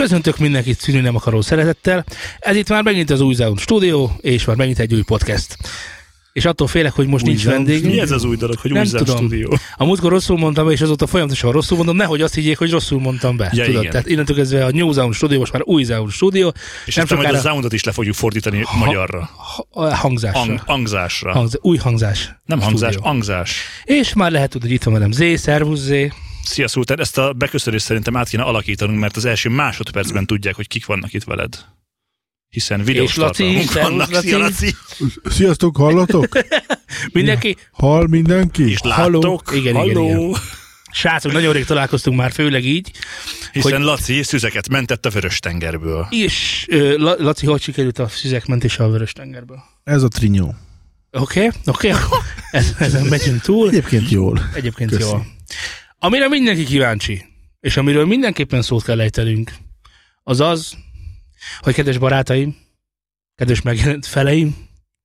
Köszöntök mindenkit szűnni nem akaró szeretettel. Ez itt már megint az Új Sound Studio, és már megint egy új podcast. És attól félek, hogy most nincs vendég. Mi ez az új dolog, hogy Új Sound Studio? A múltkor rosszul mondtam be, és azóta folyamatosan rosszul mondom, nehogy azt higgyék, hogy rosszul mondtam be. Ja, tudod? Tehát innentől kezdve a New Sound Studio, most már Új Sound Studio. És nem sokára... majd a soundot is le fogjuk fordítani magyarra. Hangzásra. Új hangzás. Nem hangzás, hangzás. És már lehet tudni, hogy itt van velem Zé, szervusz Zé. Szia Szultán, ezt a beköszönést szerintem át kéne alakítanunk, mert az első másodpercben tudják, hogy kik vannak itt veled. Hiszen videós tartalmunk vannak. Szia Laci! Sziasztok, hallatok? Mindenki? Hall mindenki? És láttok? Igen. Srácok, nagyon rég találkoztunk már, főleg így. Hiszen hogy... Laci szüzeket mentett a Vörös-tengerből. És Laci, hogy sikerült a szüzek mentése a Vörös-tengerből? Ez a trinyó. Oké. Ezen megyünk túl. Egyébként jól. Jól. Amire mindenki kíváncsi, és amiről mindenképpen szót kell ejtenünk, az az, hogy kedves barátaim, kedves megjelent feleim,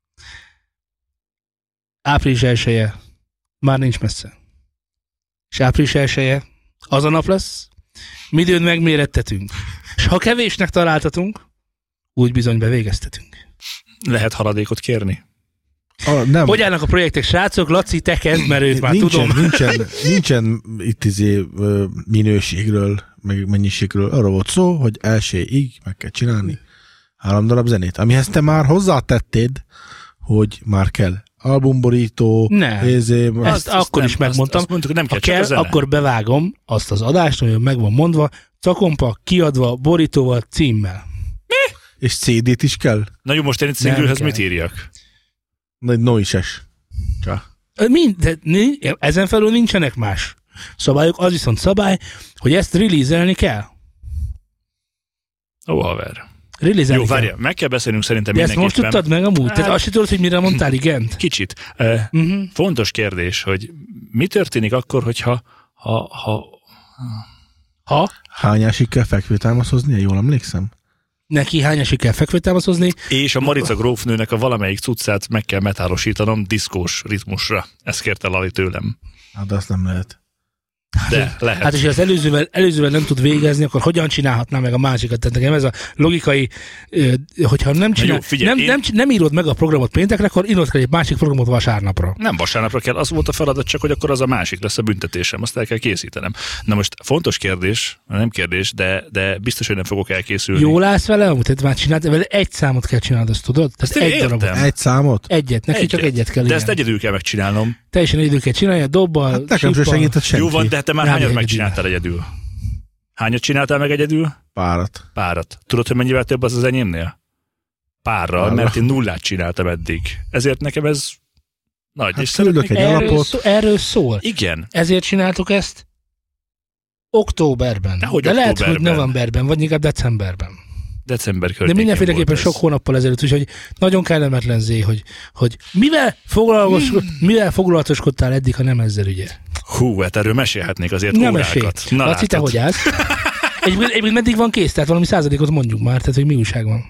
április 1-e már nincs messze. És április 1-e az a nap lesz, midőn megmérettetünk. És ha kevésnek találtatunk, úgy bizony bevégeztetünk. Lehet haladékot kérni? Nem. Hogy állnak a projektek, srácok? Laci, te kezd, mert őt már tudom. Nincsen itt minőségről, meg mennyiségről. Arról volt szó, hogy elsőig meg kell csinálni 3 darab zenét. Amihez te már hozzátettéd, hogy már kell albumborító. Ezt akkor is megmondtam. Azt mondtuk, nem ha kell, akkor bevágom azt az adást, hogy meg van mondva, cakompa, kiadva, borítóval, címmel. Mi? És CD-t is kell? Na jó, most én itt szingülhöz mit írjak? Nagy noises. Ezen felül nincsenek más szabályok, az viszont szabály, hogy ezt release-elni kell. Ó, haver. Release-elni jó, várjál, meg kell beszélnünk szerintem de mindenképpen. ezt most tudtad meg amúgy? Tehát azt sem tudod, hogy mire mondtál igent? Kicsit. Fontos kérdés, hogy mi történik akkor, hogyha hányásig kell fekvőtámaszt hoznia, jól emlékszem? Neki hányasig kell fekvőtámaszozni. És a Marica grófnőnek a valamelyik cuccát meg kell metálosítanom diszkós ritmusra. Ezt kérte Lali tőlem. Hát azt nem lehet. De lehet. Hát és ha az előzővel nem tud végezni, akkor hogyan csinálhatná meg a másikat? Tehát nekem ez a logikai, hogyha nem csinál, nem írod meg a programot péntekre, akkor írod kell egy másik programot vasárnapra. Nem vasárnapra kell, az volt a feladat, csak hogy akkor az a másik lesz a büntetésem, azt el kell készítenem. Na most fontos kérdés, nem kérdés, de biztos, hogy nem fogok elkészülni. Jól állsz vele, amit már csináltad, vele egy számot kell csinálnod, azt tudod? Tehát egy darabot. Egy számot? Egyet, neki csak egyet kell. De ezt egyedül kell megcsinálnom. Teljesen egyedül kell csinálni, a dobbal, hát nekem sem segített senki. Jó van, de te már hányat megcsináltál egyedül? Hányat csináltál meg egyedül? Párat. Tudod, hogy mennyivel több az enyémnél? Párral, mert én 0 csináltam eddig. Ezért nekem ez nagy. Hát és küldök egy alapot. Erről szól. Igen. Ezért csináltuk ezt októberben. De lehet, hogy novemberben, vagy inkább decemberben. December környékén. De mindenféleképpen sok hónappal ezelőtt, úgyhogy nagyon kellemetlen Zé, hogy mivel foglalatoskodtál eddig, ha nem ezzel ugye? Hú, hát erről mesélhetnék azért nem órákat. Na, Laci, te hogy állsz? Egyébként meddig van kész? Tehát valami százalékot mondjuk már, tehát hogy mi újság van?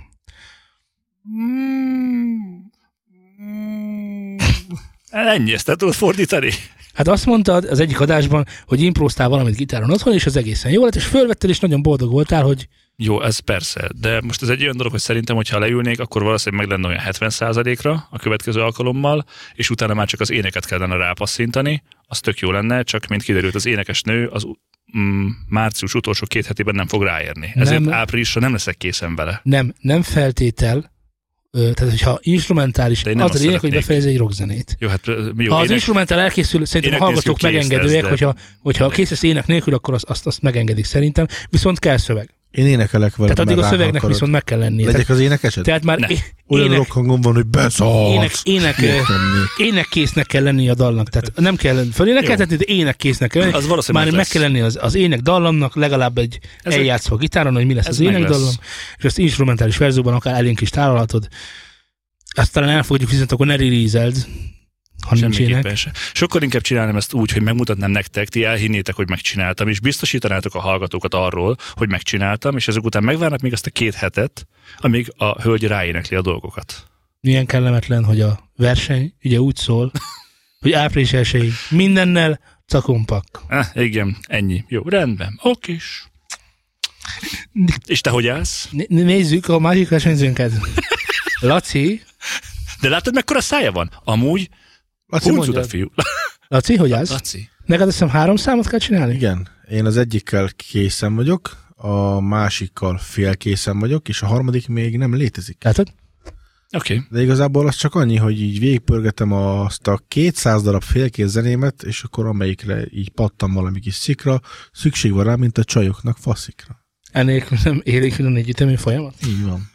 Ennyi, ezt tudod fordítani? Hát azt mondtad az egyik adásban, hogy impróztál valamit gitáron otthon, és az egészen jó lett, és fölvetted, és nagyon boldog voltál, hogy... Jó, ez persze, de most ez egy olyan dolog, hogy szerintem, hogyha leülnék, akkor valószínűleg meg lenne olyan 70%-ra a következő alkalommal, és utána már csak az éneket kellene rápasszintani, az tök jó lenne, csak mint kiderült, az énekesnő az március utolsó 2 hetében nem fog ráérni. Ezért áprilisra nem leszek készen vele. Nem feltétel, tehát hogyha instrumentális, az a lényeg, hogy befejez egy rockzenét. Jó, hát, jó, ha az instrumentál elkészül, szerintem a hallgatók megengedőek, hogyha kész lesz ének nélkül, akkor azt megengedik szerintem, viszont kell szöveg. Én énekelek vele. Tehát addig a szövegnek viszont meg kell lennie. Legyek az énekesed? Tehát már olyan rockhangom van, hogy beszarsz. Énekkésznek kell lennie a dalnak. Tehát nem kell fölénekeltetni, de énekkésznek kell lennie. Már meg kell lennie az ének dallamnak, legalább egy eljátszva a gitáron, hogy mi lesz az ének dallam. És azt instrumentális verzióban akár elénk is tálalhatod. Azt talán elfogadjuk, viszont akkor ne release-eld. Semmiképpen se. Sokkal inkább csinálnám ezt úgy, hogy megmutatnám nektek, ti elhinnétek, hogy megcsináltam, és biztosítanátok a hallgatókat arról, hogy megcsináltam, és ezek után megvárnak még azt a 2 hetet, amíg a hölgy ráénekli a dolgokat. Milyen kellemetlen, hogy a verseny ugye úgy szól, hogy április 1-ig mindennel cakompak. Igen, ennyi. Jó, rendben. Okés. És te hogy állsz? Nézzük a másik versenyzőnket. Laci. De látod, mekkora szája van? Amúgy Laci, mondja. Fiú. Laci, hogy állsz? Laci. Neked azt hiszem 3 számot kell csinálni? Igen. Én az egyikkel készen vagyok, a másikkal félkészen vagyok, és a harmadik még nem létezik. Látod? Oké. De igazából az csak annyi, hogy így végigpörgetem azt a 200 darab félkész zenémet, és akkor amelyikre így pattam valami kis szikra, szükség van rá, mint a csajoknak faszikra. Ennél nem élik külön együttemű folyamat? Így van.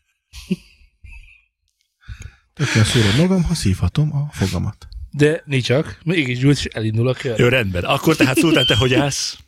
Tökéletesen szúrom magam, ha szívhatom a fogamat. De nincs csak, mégis gyújt, és elindul a kör. Jó, rendben. Akkor tehát Szultán, te hogy állsz?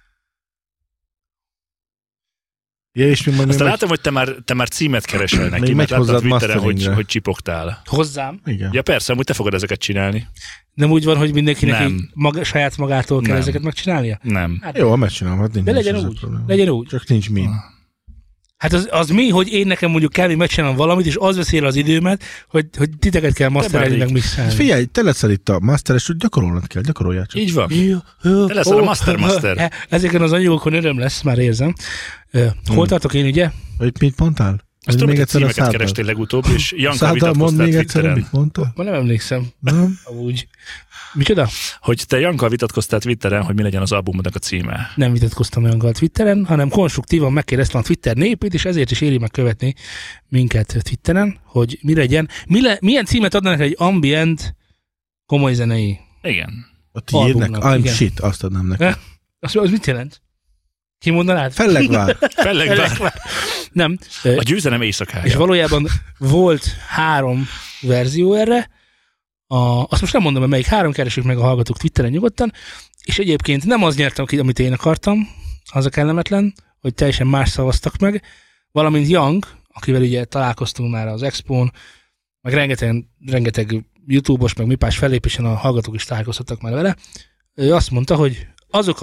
Ja, és aztán látom, hogy te már címet keresel neki, mert láttam a Twitteren, hogy csipogtál. Hozzám? Igen. Ja persze, amúgy te fogod ezeket csinálni. Nem úgy van, hogy mindenkinek saját magától kell ezeket megcsinálnia? Nem. Hát, jó, megcsinálom, hát nincs. De legyen úgy. Csak nincs mi. Hát az mi, hogy én nekem mondjuk kell, hogy megcsinálom valamit, és az veszi el az időmet, hogy titeket kell masterelni, meg mixelni. Figyelj, te leszel itt a masteres, gyakorolnod kell, gyakorolják csak. Így van. Te leszel a master. Ezeken az anyagokon öröm lesz, már érzem. Hol tartok én, ugye? Hogy mit mondtál? Azt tudom, hogy címeket kerestél legutóbb, és Janka vitatkoztál Twitteren. Ma nem emlékszem. Nem? Úgy. Micsoda? Hogy te Janka vitatkoztál Twitteren, hogy mi legyen az albumodnak a címe. Nem vitatkoztam Jankkal Twitteren, hanem konstruktívan megkérdeztem a Twitter népét, és ezért is éri meg követni minket Twitteren, hogy mi legyen. Milyen címet adnának egy ambient komoly zenei? Igen. A tiédnek? I'm igen. Shit, azt adnám neki. Az mit jelent? Ki mondanád? Fellegvár. Nem. A győzelem éjszakája. És valójában volt 3 verzió erre. Azt most nem mondom, hogy melyik 3, keresünk meg a hallgatók Twitteren nyugodtan, és egyébként nem az nyertem ki, amit én akartam, az a kellemetlen, hogy teljesen más szavaztak meg, valamint Young, akivel ugye találkoztunk már az Expón, meg rengeteg YouTube-os, meg mipás fellépésen a hallgatók is találkozhattak már vele, ő azt mondta, hogy azok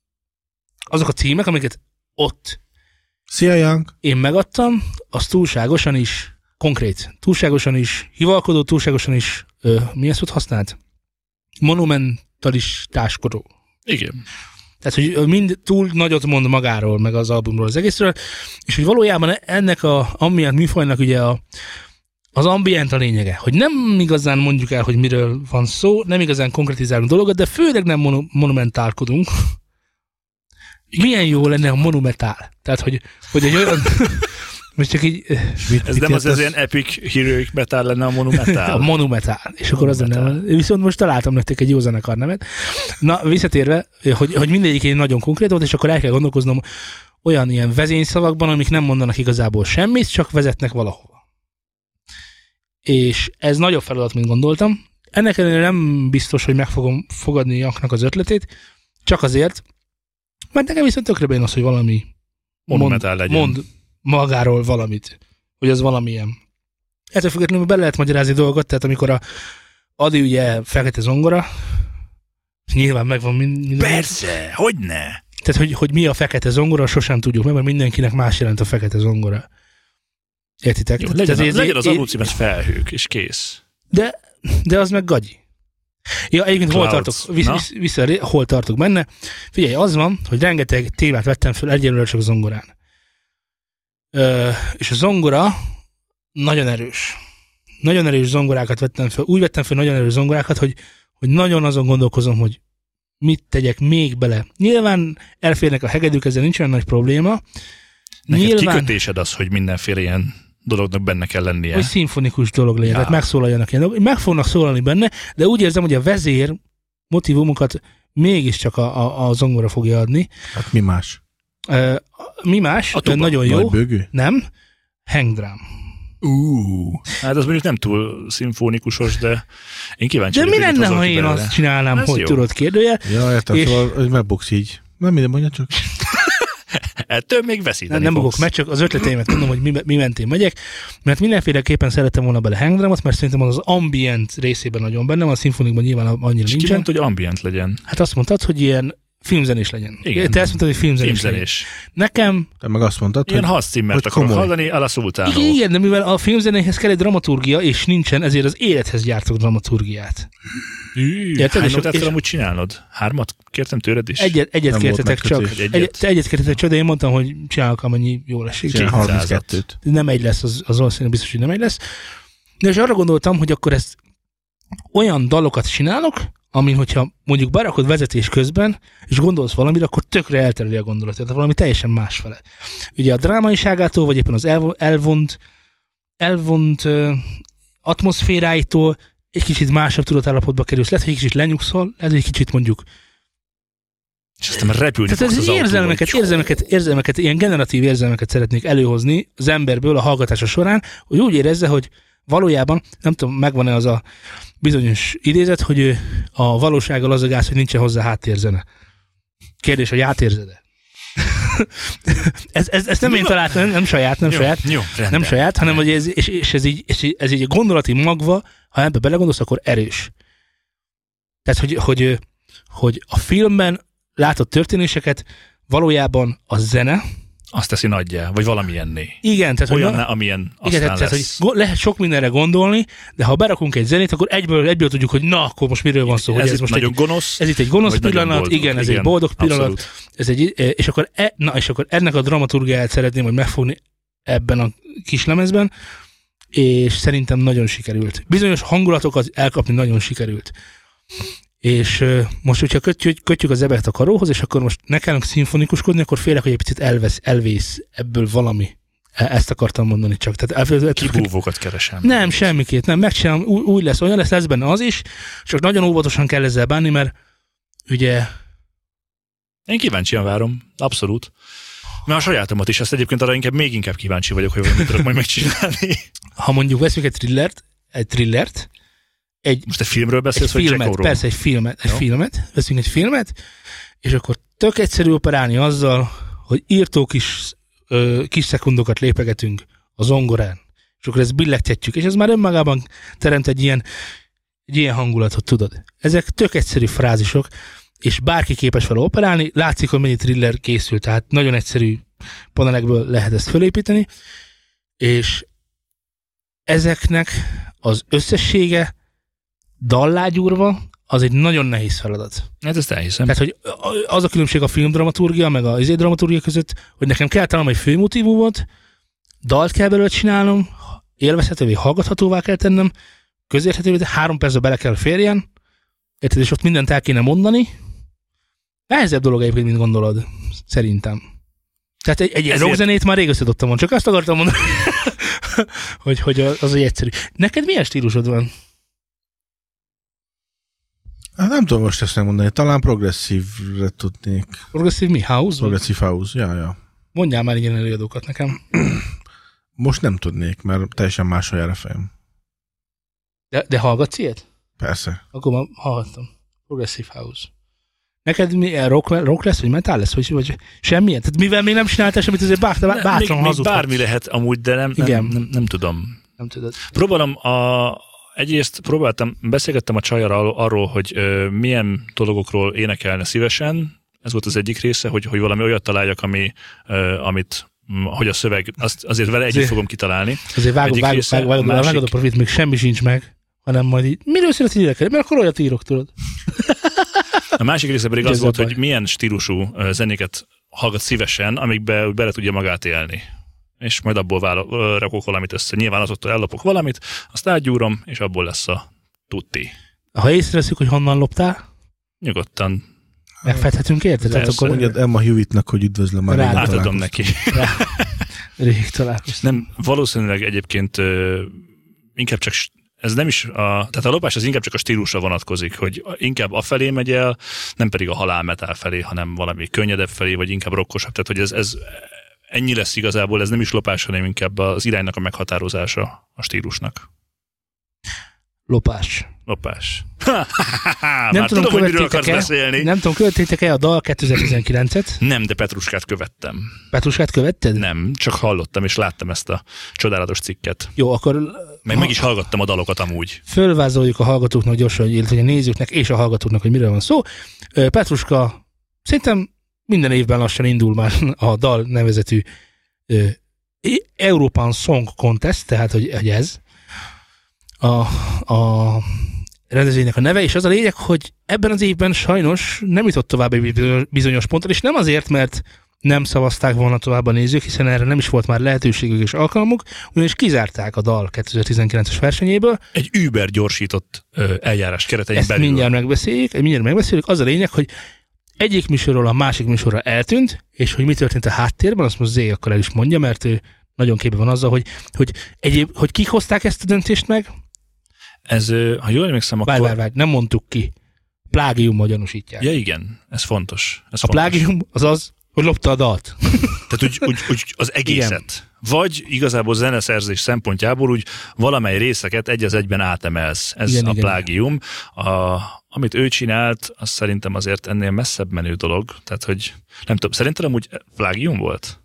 a címek, amiket ott Szia, Young. Én megadtam, az túlságosan is konkrét, túlságosan is hivalkodó, túlságosan is milyen szót használt? Monumentalistáskodó. Igen. Tehát, hogy mind túl nagyot mond magáról, meg az albumról, az egészről, és hogy valójában ennek a ambient műfajnak ugye az ambient a lényege, hogy nem igazán mondjuk el, hogy miről van szó, nem igazán konkretizálunk dolgokat, de főleg nem monumentálkodunk. Milyen jó lenne a monumentál. Tehát, hogy egy olyan... Most csak így... Ez nem az ilyen epic heroic metal lenne a monumentál? A monumentál. És akkor az lenne. Viszont most találtam nektek egy jó zenekar nevet. Na, visszatérve, hogy mindegyik egy nagyon konkrét volt, és akkor el kell gondolkoznom olyan ilyen vezényszavakban, amik nem mondanak igazából semmit, csak vezetnek valahova. És ez nagyobb feladat, mint gondoltam. Ennek ellenére nem biztos, hogy meg fogom fogadni Janknak az ötletét, csak azért, mert nekem viszont tökre bejön az, hogy valami mond magáról valamit, hogy az valamilyen. Ettől függetlenül be lehet magyarázni dolgot, tehát amikor a Adi ugye fekete zongora, nyilván megvan minden. Persze, hogyne? Tehát, hogy mi a fekete zongora, sosem tudjuk meg, mert mindenkinek más jelent a fekete zongora. Értitek? Jó, legyen az alulcímes felhők, és kész. De az meg gagyi. Ja, egyébként Clouds. hol tartok benne. Figyelj, az van, hogy rengeteg témát vettem föl egyelőre csak zongorán. És a zongora nagyon erős. Nagyon erős zongorákat vettem föl. Úgy vettem föl nagyon erős zongorákat, hogy nagyon azon gondolkozom, hogy mit tegyek még bele. Nyilván elférnek a hegedűk, ezzel nincs olyan nagy probléma. Neked kikötésed az, hogy mindenféle ilyen dolognak benne kell lennie. Hogy szimfonikus dolog legyen, tehát megszólaljanak ilyen dolgok. Meg fognak szólalni benne, de úgy érzem, hogy a vezér motivumokat mégiscsak a zongora fogja adni. Hát mi más? Mi más? Nagyon jó. Bőgő? Nem. Hangdrum. Hát az mondjuk nem túl szimfonikusos, de én kíváncsi. De mi lenne, ha én azt csinálnám, ez hogy jó. Tudod, kérdőjel? Ja, értem, szóval, hogy megbuksz így. Nem minden mondja csak. Ettől még veszíteni nem bukok meg, csak az ötleteimet mondom, hogy mi mentén megyek, mert mindenféleképpen szerettem volna bele hangdrumot, mert szerintem az ambient részében nagyon bennem, a szimfonikban nyilván annyira nincsen. És ki mondta, hogy ambient legyen? Hát azt mondtad, hogy ilyen filmzenés legyen. Igen. Te ezt mondtad, hogy filmzenés. Nekem... Te meg azt mondtad, ilyen harccimmert akarok hallani, a Sultánó. Igen, de mivel a filmzenéhez kell egy dramaturgia, és nincsen, ezért az élethez gyártok dramaturgiát. Hány notát kell amúgy csinálnod? 3? Kértem tőled is? Egyet kértetek csak. Egyet kértetek csak, de én mondtam, hogy csinálok, amennyi jól esik. 32-t. Nem egy lesz, az valószínűleg biztos, hogy nem egy lesz. De és arra gondoltam, hogy akkor ezt olyan dalokat csinálok, amin, hogyha mondjuk berakod vezetés közben, és gondolsz valamire, akkor tökre eltereli a gondolat, tehát valami teljesen másfele. Ugye a drámaiságától, vagy éppen az elvont atmoszféráitól egy kicsit másabb tudatállapotba kerülsz. Lehet, hogy egy kicsit lenyugszol, lehet, hogy egy kicsit mondjuk... És aztán repülni fogsz az érzelmeket, ilyen generatív érzelmeket szeretnék előhozni az emberből a hallgatása során, hogy úgy érezze, hogy valójában, nem tudom, megvan-e az a bizonyos idézet, hogy a valósággal az a gáz, hogy nincsen hozzá háttérzene. Kérdés, hogy átérzed-e? ezt nem én találtam, nem saját, hanem hogy ez így a gondolati magva, ha ebbe belegondolsz, akkor erős. Tehát, hogy a filmben látott történéseket valójában a zene azt teszi nagyjá, vagy valamilyenné. Igen, tehát olyan, amilyen aztán igen, tehát, lesz. Hogy lehet sok mindenre gondolni, de ha berakunk egy zenét, akkor egyből tudjuk, hogy na, akkor most miről van szó. Ez hogy itt most nagyon gonosz. Ez itt egy gonosz pillanat, boldog, igen, ez egy boldog pillanat. Ez és akkor ennek a dramaturgiáját szeretném, hogy megfogni ebben a kis lemezben, és szerintem nagyon sikerült. Bizonyos hangulatokat elkapni nagyon sikerült. És most, hogyha kötjük az ebert a karóhoz, és akkor most ne kellünk szimfonikuskodni, akkor félek, hogy egy picit elvész ebből valami. Ezt akartam mondani csak. Tehát kibúvókat keresem. Nem, semmikét, nem. Megcsinálom, úgy lesz, olyan lesz benne az is, csak nagyon óvatosan kell ezzel bánni, mert ugye... Én kíváncsian várom, abszolút. Mert a sajátomat is, ezt egyébként arra még inkább kíváncsi vagyok, hogy valamit tudok majd megcsinálni. Ha mondjuk veszünk egy thrillert, most egy filmről beszélsz, vagy Jacko-ról? Persze, egy filmet, veszünk egy filmet, és akkor tök egyszerű operálni azzal, hogy írtó kis szekundokat lépegetünk a zongorán, és akkor ezt billegtetjük, és ez már önmagában teremt egy ilyen hangulatot, tudod. Ezek tök egyszerű frázisok, és bárki képes vele operálni, látszik, hogy mennyi thriller készül, tehát nagyon egyszerű panelekből lehet ezt fölépíteni, és ezeknek az összessége dallágyúrva, az egy nagyon nehéz feladat. Hát ezt elhiszem. Tehát, hogy az a különbség a filmdramaturgia, meg az dramaturgia között, hogy nekem kell találnom egy főmotívumot, dalt kell belőle csinálnom, élvezhetővé, hallgathatóvá kell tennem, közérthetővé, 3 percbe bele kell férjen, érted, és ott mindent el kéne mondani. Nehezebb dolog egyébként, mint gondolod, szerintem. Tehát egy rockzenét már rég összedobtam, csak azt akartam mondani, hogy az egy egyszerű. Neked milyen stílusod van? Hát nem tudom most ezt megmondani, talán progresszívre tudnék. Progresszív mi? House? Progresszív house, ja. Mondjál már ilyen előadókat nekem. Most nem tudnék, mert teljesen máshol jár a fejem. De hallgatsz ilyet? Persze. Akkor már hallgattam. Progresszív house. Neked mi, rock lesz, vagy metal lesz, vagy semmilyen? Tehát mivel még nem csináltál semmit, azért bátran hazudhatsz. Még bármi lehet amúgy, de nem tudom. Nem tudod. Egyrészt beszélgettem a csajjal arról, hogy milyen dolgokról énekelne szívesen. Ez volt az egyik része, hogy valami olyat találjak, amit hogy a szöveg, azért vele együtt fogom kitalálni. Azért vágod a profit, még semmi sincs meg, hanem majd így, miről szeretnél énekelni? Mert akkor olyat írok, tudod. A másik része pedig az volt, hogy milyen stílusú zenéket hallgat szívesen, amikbe bele tudja magát élni. És majd abból rakok valamit össze. Nyilván azoktól ellopok valamit, azt átgyúrom, és abból lesz a tutti. Ha észreveszünk, hogy honnan loptál? Nyugodtan. Megfedhetünk érte? Tehát akkor mondjad Emma Hewittnek, hogy üdvözlöm már. Átadom neki. Rég találkoztam. Nem, valószínűleg egyébként inkább csak ez nem is tehát a lopás az inkább csak a stílusra vonatkozik, hogy inkább afelé megy el, nem pedig a halálmetál felé, hanem valami könnyedebb felé, vagy inkább rockosabb. Tehát, hogy ez ennyi lesz igazából, ez nem is lopás, hanem inkább az iránynak a meghatározása a stílusnak. Lopás. Nem tudom, hogy miről akarsz beszélni. Nem tudom, követtétek-e a Dal 2019-et? Nem, de Petruskát követtem. Petruskát követted? Nem, csak hallottam és láttam ezt a csodálatos cikket. Jó, akkor... Meg is hallgattam a dalokat amúgy. Fölvázoljuk a hallgatóknak gyorsan, illetve a nézőknek és a hallgatóknak, hogy miről van szó. Petruska szerintem minden évben lassan indul már a dal nevezetű European Song Contest, tehát hogy ez a rendezvénynek a neve, és az a lényeg, hogy ebben az évben sajnos nem jutott tovább egy bizonyos ponton, és nem azért, mert nem szavazták volna tovább a nézők, hiszen erre nem is volt már lehetőségük és alkalmuk, ugyanis kizárták a dal 2019-es versenyéből. Egy Uber gyorsított eljárás keretein belül. Mindjárt megbeszéljük. Az a lényeg, hogy egyik műsorról a másik műsorra eltűnt, és hogy mi történt a háttérben, azt most Zé akkor el is mondja, mert ő nagyon képben van azzal, hogy kik hozták ezt a döntést meg. Ez, ha jól emlékszem, akkor... Várj, nem mondtuk ki. Plágiummal gyanúsítják. Ja igen, ez fontos. Plágium az, hogy lopta a dalt. Tehát úgy az egészet. Igen. Vagy igazából zeneszerzés szempontjából úgy valamely részeket egy az egyben átemelsz. Ez igen, a plágium. Amit ő csinált, az szerintem azért ennél messzebb menő dolog. Tehát, hogy nem tudom, szerintem amúgy plágium volt?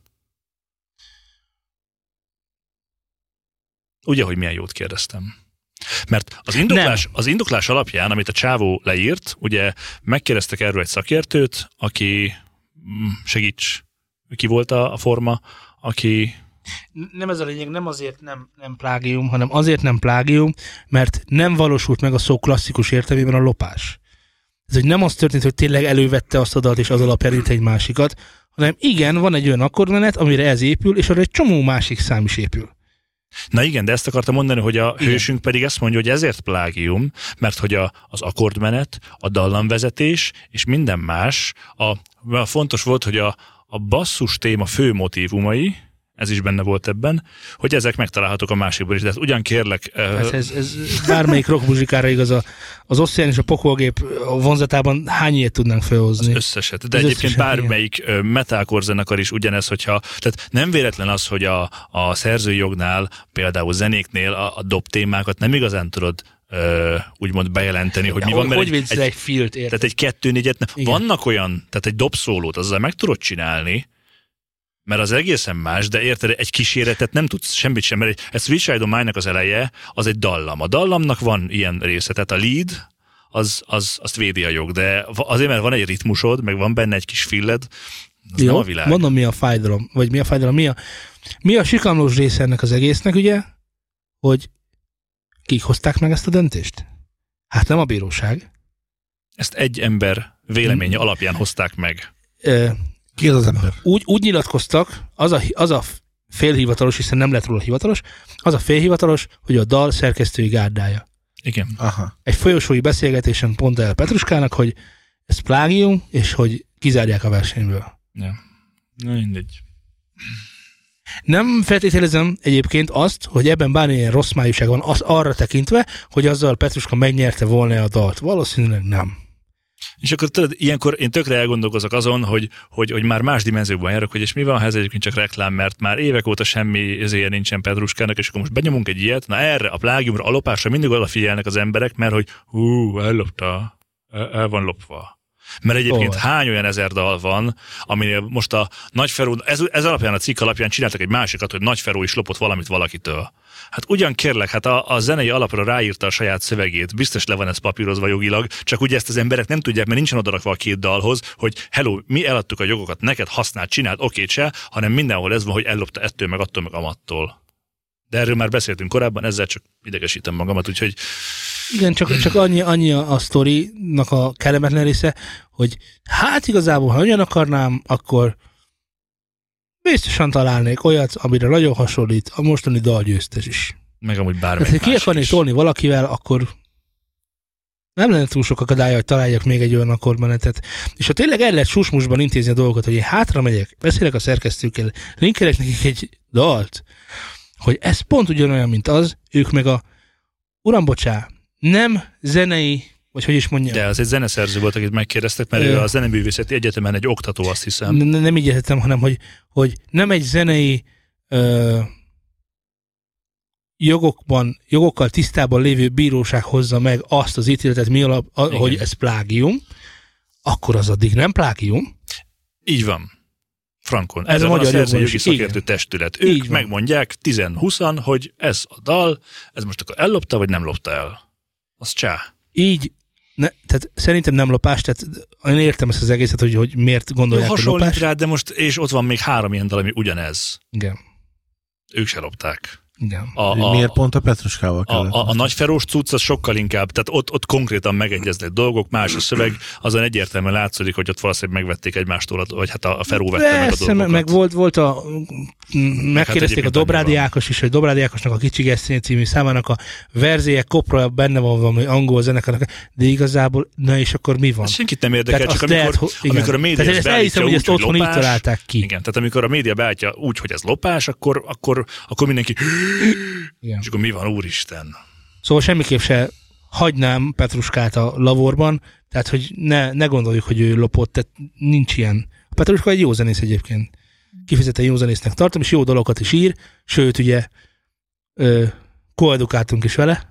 Ugye, hogy milyen jót kérdeztem. Mert az indoklás alapján, amit a csávó leírt, ugye megkérdeztek erről egy szakértőt, aki segíts, ki volt a forma, aki... Nem ez a lényeg, nem azért nem plágium, hanem azért nem plágium, mert nem valósult meg a szó klasszikus értelmében a lopás. Ez hogy nem az történt, hogy tényleg elővette azt a dalt, és az alapján írt egy másikat, hanem igen, van egy olyan akkordmenet, amire ez épül, és arra egy csomó másik szám is épül. Na igen, de ezt akartam mondani, hogy a hősünk pedig ezt mondja, hogy ezért plágium, mert hogy az akkordmenet, a dallamvezetés és minden más, fontos volt, hogy a basszus téma fő motívumai, ez is benne volt ebben, hogy ezek megtalálhatók a másikból is. De ugyan kérlek... Ez bármelyik rockmuzsikára igaz, az Ossian és a Pokolgép vonzatában hány ilyet tudnánk felhozni? Az összeset. De egyébként bármelyik metalcore zenekar is ugyanez, hogyha... Tehát nem véletlen az, hogy a szerzői jognál, például zenéknél a dob témákat nem igazán tudod úgymond bejelenteni, hogy mi van. Hogy védsz egy filt, tehát egy 2-4-et... Vannak olyan, tehát egy dobszólót, azzal meg tudod csinálni, mert az egészen más, de érted, egy kíséretet nem tudsz semmit sem, mert egy Switch I Don't Mind-nak az eleje, az egy dallam. A dallamnak van ilyen része, tehát a lead, azt védi a jog, de azért, mert van egy ritmusod, meg van benne egy kis filled, az nem a világ. Mondom, mi a fájdalom, mi a sikamlós része ennek az egésznek, ugye, hogy kik hozták meg ezt a döntést? Hát nem a bíróság. Ezt egy ember véleménye alapján hozták meg. Ki az az ember? Úgy nyilatkoztak, az a félhivatalos, hiszen nem lett róla hivatalos, az a félhivatalos, hogy a dal szerkesztői gárdája. Igen. Aha. Egy folyosói beszélgetésen mondta el Petruskának, hogy ez plágium, és hogy kizárják a versenyből. Ja. Na mindegy. Nem feltételezem egyébként azt, hogy ebben bármilyen rossz májúság van, az arra tekintve, hogy azzal Petruska megnyerte volna a dalt. Valószínűleg nem. És akkor tudod, ilyenkor én tökre elgondolkozok azon, hogy már más dimenziókban járok, hogy és mi van, ha ez egyébként csak reklám, mert már évek óta semmi ezért nincsen Petruskának, és akkor most benyomunk egy ilyet, na erre a plágiumra, a lopásra mindig odafigyelnek az emberek, mert hogy ellopta, el van lopva. Mert egyébként hány olyan 1000 dal van, aminél most a Nagyferó, ez alapján a cikk alapján csináltak egy másikat, hogy Nagyferó is lopott valamit valakitől. Hát ugyan kérlek, hát a zenei alapra ráírta a saját szövegét, biztos le van ez papírozva jogilag, csak ugye ezt az emberek nem tudják, mert nincsen odarakva a két dalhoz, hogy hello, mi eladtuk a jogokat, neked használd, csináld, oké, se, hanem mindenhol ez van, hogy ellopta ettől, meg attól, meg amattól. De erről már beszéltünk korábban, ezzel csak idegesítem magamat, úgyhogy... Igen, csak annyi a sztorinak a kellemetlen része, hogy hát igazából, ha olyan akarnám, akkor biztosan találnék olyat, amire nagyon hasonlít a mostani dalgyőztes is. Meg amúgy bármelyik másik. Ha ki akarnék tolni valakivel, akkor nem lenne túl sok akadálya, hogy találjak még egy olyan akkordmenetet. És ha tényleg el lehet susmusban intézni a dolgokat, hogy én hátra megyek, beszélek a szerkesztőkkel, linkelek nekik egy dalt, hogy ez pont ugyanolyan, mint az, ők meg uram, bocsá, nem zenei, vagy hogy is mondjam. De az egy zeneszerző volt, akit megkérdeztek, mert ő a Zeneművészeti Egyetemen egy oktató, azt hiszem. Nem így értettem, hanem hogy nem egy zenei jogokkal tisztában lévő bíróság hozza meg azt az ítéletet, mi alap, hogy ez plágium, akkor az addig nem plágium. Így van. Frankon. Ez a magyar szerzőjogi szakértő testület. Ők megmondják 10-20-an, hogy ez a dal, ez most akkor ellopta, vagy nem lopta el. Az csá. Így Tehát szerintem nem lopás, tehát én értem ezt az egészet, hogy miért gondolják, hogy lopás. Rá, de most, és ott van még 3 ilyen dal, ami ugyanez. Igen. Ők se lopták. Igen. Miért pont a Petruskával kellett? A nagy ferós cucc az sokkal inkább, tehát ott konkrétan megegyeznek dolgok, más a szöveg, azon egyértelműen látszik, hogy ott valószínűleg megvették egymástól, vagy hát a feró vette meg a dolgokat. Meg volt megkérdezték a Dobrádi Ákos is, hogy Dobrádi Ákosnak a Kicsi Gesztenye című számának a verzéje, kopra benne van valami angol zenekarnak, de igazából, na és akkor mi van? Senkit nem érdekel, csak amikor a média beállítja úgy, hogy ezt otthon lopás, így találták ki. Igen, tehát amikor a média beállítja úgy, hogy ez lopás, akkor mindenki igen. És akkor mi van, úristen? Szóval semmiképp se hagynám Petruskát a lavorban, tehát hogy ne gondoljuk, hogy ő lopott, tehát nincs ilyen. A Petruska egy jó zenész egyébként. Kifejezetten jó zenésznek tartom, és jó dalokat is ír, sőt ugye koedukáltunk is vele.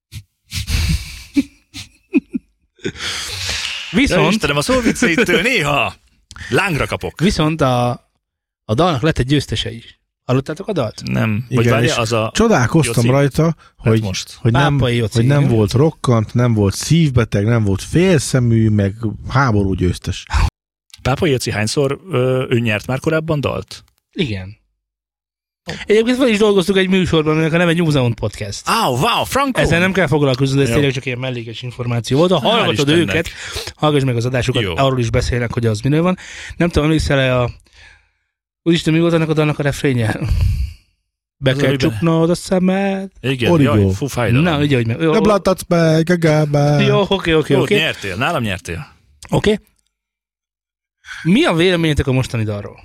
Viszont... Istenem, a szóvicceitől néha lángra kapok. Viszont a dalnak lett egy győztese is. Hallottátok a dalt? Nem. Igen, várja, az a csodálkoztam rajta, hogy nem volt rokkant, nem volt szívbeteg, nem volt félszemű, meg háború győztes. Pápai Jóci hányszor ő nyert már korábban dalt? Igen. Egyébként fel is dolgoztuk egy műsorban, aminek a neve New Zealand Podcast. Wow, Franco! Ezzel nem kell foglalkozni, de ez tényleg csak ilyen mellékes információ volt. Ha hallgatod őket, hallgass meg az adásokat, arról is beszélnek, hogy az minő van. Nem tudom, emlékszel-e úgyisten, mi volt annak a dalnak a refrénye? Be kell csuknod a szemed. Igen, jaj, fú, fájdalom. Na, ugye, hogy meg. Nem láthatsz meg a gábát. Jó, oké. Nyertél, nálam nyertél. Oké. Mi a véleményetek a mostani dalról?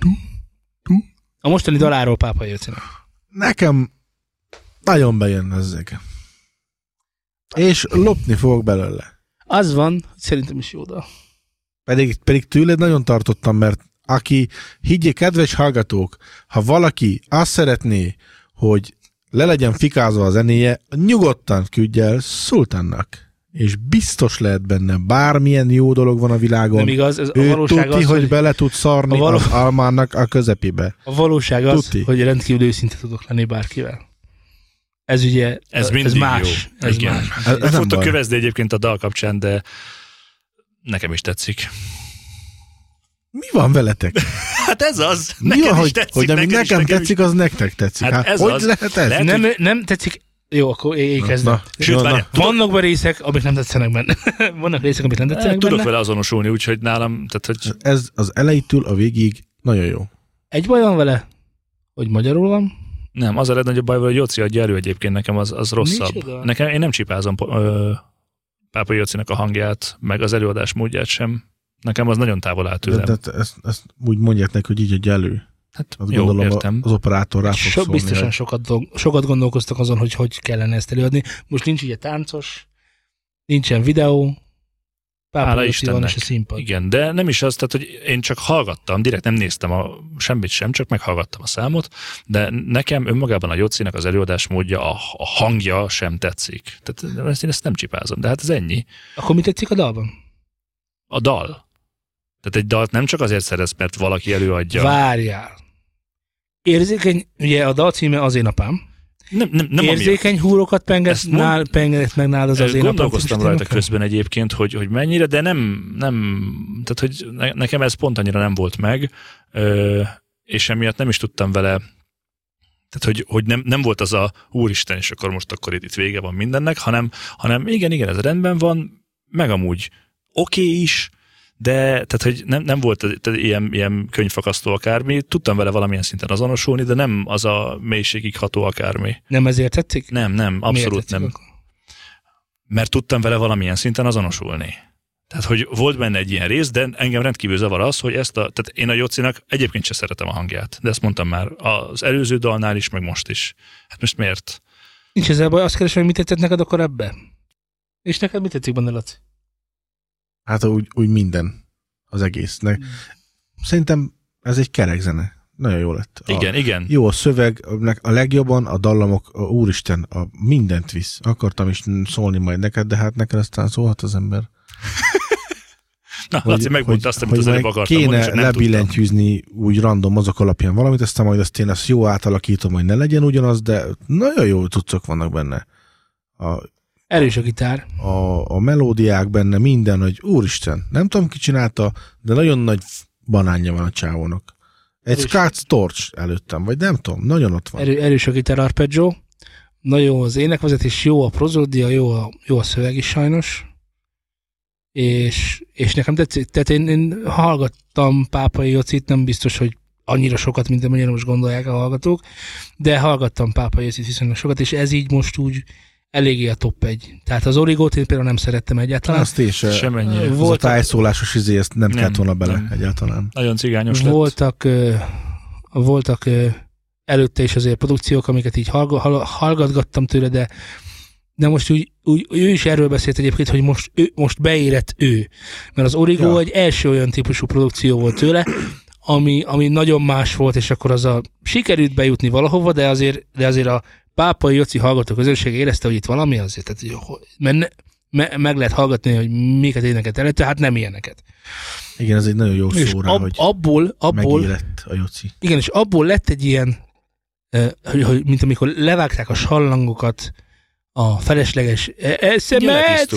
A mostani daláról Pápai Jócinak. Nekem nagyon bejön ezek. És lopni fogok belőle. Az van, szerintem is jó dal. Pedig tőled nagyon tartottam, mert higgyék, kedves hallgatók, ha valaki azt szeretné, hogy le legyen fikázva a zenéje, nyugodtan küldj el Szultánnak. És biztos lehet benne, bármilyen jó dolog van a világon. Nem igaz, ez ő a valóság tuti, hogy bele tud szarni az almának a közepébe. A valóság az, hogy rendkívül őszinte tudok lenni bárkivel. Ez ugye, ez más. Jó. Ez más. Nem fogtok kövezni egyébként a dal kapcsán, de nekem is tetszik. Mi van veletek? Hát ez az. Nekem is tetszik. Hogy ami nekem tetszik, az nektek tetszik. Hát ez hogy az. Lehet ez? Nem tetszik. Jó, akkor én kezdem. Vannak be részek, amik nem tetszenek benne. Vannak részek, amik nem tetszenek benne. Tudok vele azonosulni, úgyhogy nálam... Tehát, hogy... Ez az elejétől a végig nagyon jó. Egy baj van vele, hogy magyarul van. Nem, az a legnagyobb baj, hogy Jóci adja elő egyébként, nekem az rosszabb. Én nem csipázom Pápai Jócinak a hangját, meg az előadás módját sem. Nekem az nagyon távol áll tőlem. De ezt úgy mondják neki, hogy így adja elő. Hát azt jó, gondolom, értem. Az operátor rá fog szólni. Biztosan sokat gondolkoztak azon, hogy kellene ezt előadni. Most nincs ugye táncos, nincsen videó, Pápai Jóci van és a színpad. Igen, de nem is az, tehát, hogy én csak hallgattam, direkt nem néztem semmit sem, csak meghallgattam a számot, de nekem önmagában a Jócinak az előadás módja, a hangja sem tetszik. Tehát én ezt nem csipázom, de hát ez ennyi. Akkor mi tetszik a dalban? A dal. Tehát egy dalt nem csak azért szerez, mert valaki előadja. Várjál. Érzékeny, ugye a dal címe Az én apám. Nem érzékeny húrokat pengetett meg nálad az én apám. Gondolkoztam rajta közben egyébként, hogy mennyire, de nem tehát hogy nekem ez pont annyira nem volt meg, és emiatt nem is tudtam vele, tehát hogy nem volt az a úristen, és akkor itt vége van mindennek, hanem igen, ez rendben van, meg amúgy oké is, de tehát, hogy nem volt ilyen könyvfakasztó akármi, tudtam vele valamilyen szinten azonosulni, de nem az a mélységig ható akármi. Nem ezért tetszik? Nem, abszolút nem. Akkor? Mert tudtam vele valamilyen szinten azonosulni. Tehát, hogy volt benne egy ilyen rész, de engem rendkívül zavar az, hogy tehát én a Jócinak egyébként sem szeretem a hangját, de ezt mondtam már az előző dalnál is, meg most is. Hát most miért? Nincs ezzel baj, azt keresem, hogy mit tetszett neked akkor ebbe? És neked mit tetszik benne, Laci? Hát úgy minden az egésznek. Szerintem ez egy kerekzene. Nagyon jó lett. Igen. Jó a szöveg, a legjobban a dallamok, úristen, mindent visz. Akartam is szólni majd neked, de hát neked aztán szólhat az ember. Na, Laci megmondta azt, amit az előbb akartam mondani, kéne lebillentyűzni úgy random azok alapján valamit, aztán majd én ezt jó átalakítom, hogy ne legyen ugyanaz, de nagyon jó cuccok vannak benne. Erős a gitár. A melódiák benne, minden, hogy úristen, nem tudom ki csinálta, de nagyon nagy banánja van a csávónak. Egy Scott Storch előttem, vagy nem tudom, nagyon ott van. Erős a gitár arpeggio, nagyon az énekvezetés, jó a prozódia, jó a szöveg is sajnos. És nekem tetszik, tehát én hallgattam Pápai Jocit, nem biztos, hogy annyira sokat, mint amennyire most gondolják a hallgatók, de hallgattam Pápai Jocit viszonylag sokat, és ez így most úgy eléggé a top 1. Tehát az Origót én például nem szerettem egyáltalán. Azt is, az a tájszólásos ezt nem kellett volna bele egyáltalán. Nagyon cigányos lett. Voltak előtte is azért produkciók, amiket így hallgatgattam tőle, de most úgy ő is erről beszélt egyébként, hogy most beérett ő. Mert az Origo egy első olyan típusú produkció volt tőle, ami nagyon más volt, és akkor az sikerült bejutni valahova, de azért a Pápai Joci hallgató közönség érezte, hogy itt valami azért, tehát, meg lehet hallgatni, hogy miket éneket előtte, hát nem ilyeneket. Igen, ez egy nagyon jó szó rá, hogy abból megérett a Joci. Igen, és abból lett egy ilyen, hogy mint amikor levágták a sallangokat, a felesleges szemet,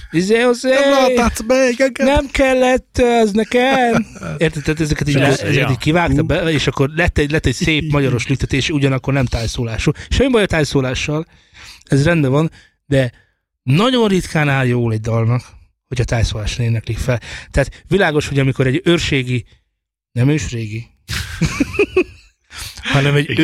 nem kellett az nekem. Érted? Tehát ezeket így kivágta be, és akkor lett egy szép magyaros lüktetés, ugyanakkor nem tájszólású. Semmi baj a tájszólással, ez rendben van, de nagyon ritkán áll jól egy dalnak, hogy a tájszóláson éneklik fel. Tehát világos, hogy amikor egy őrségi, nem ősrégi, hanem egy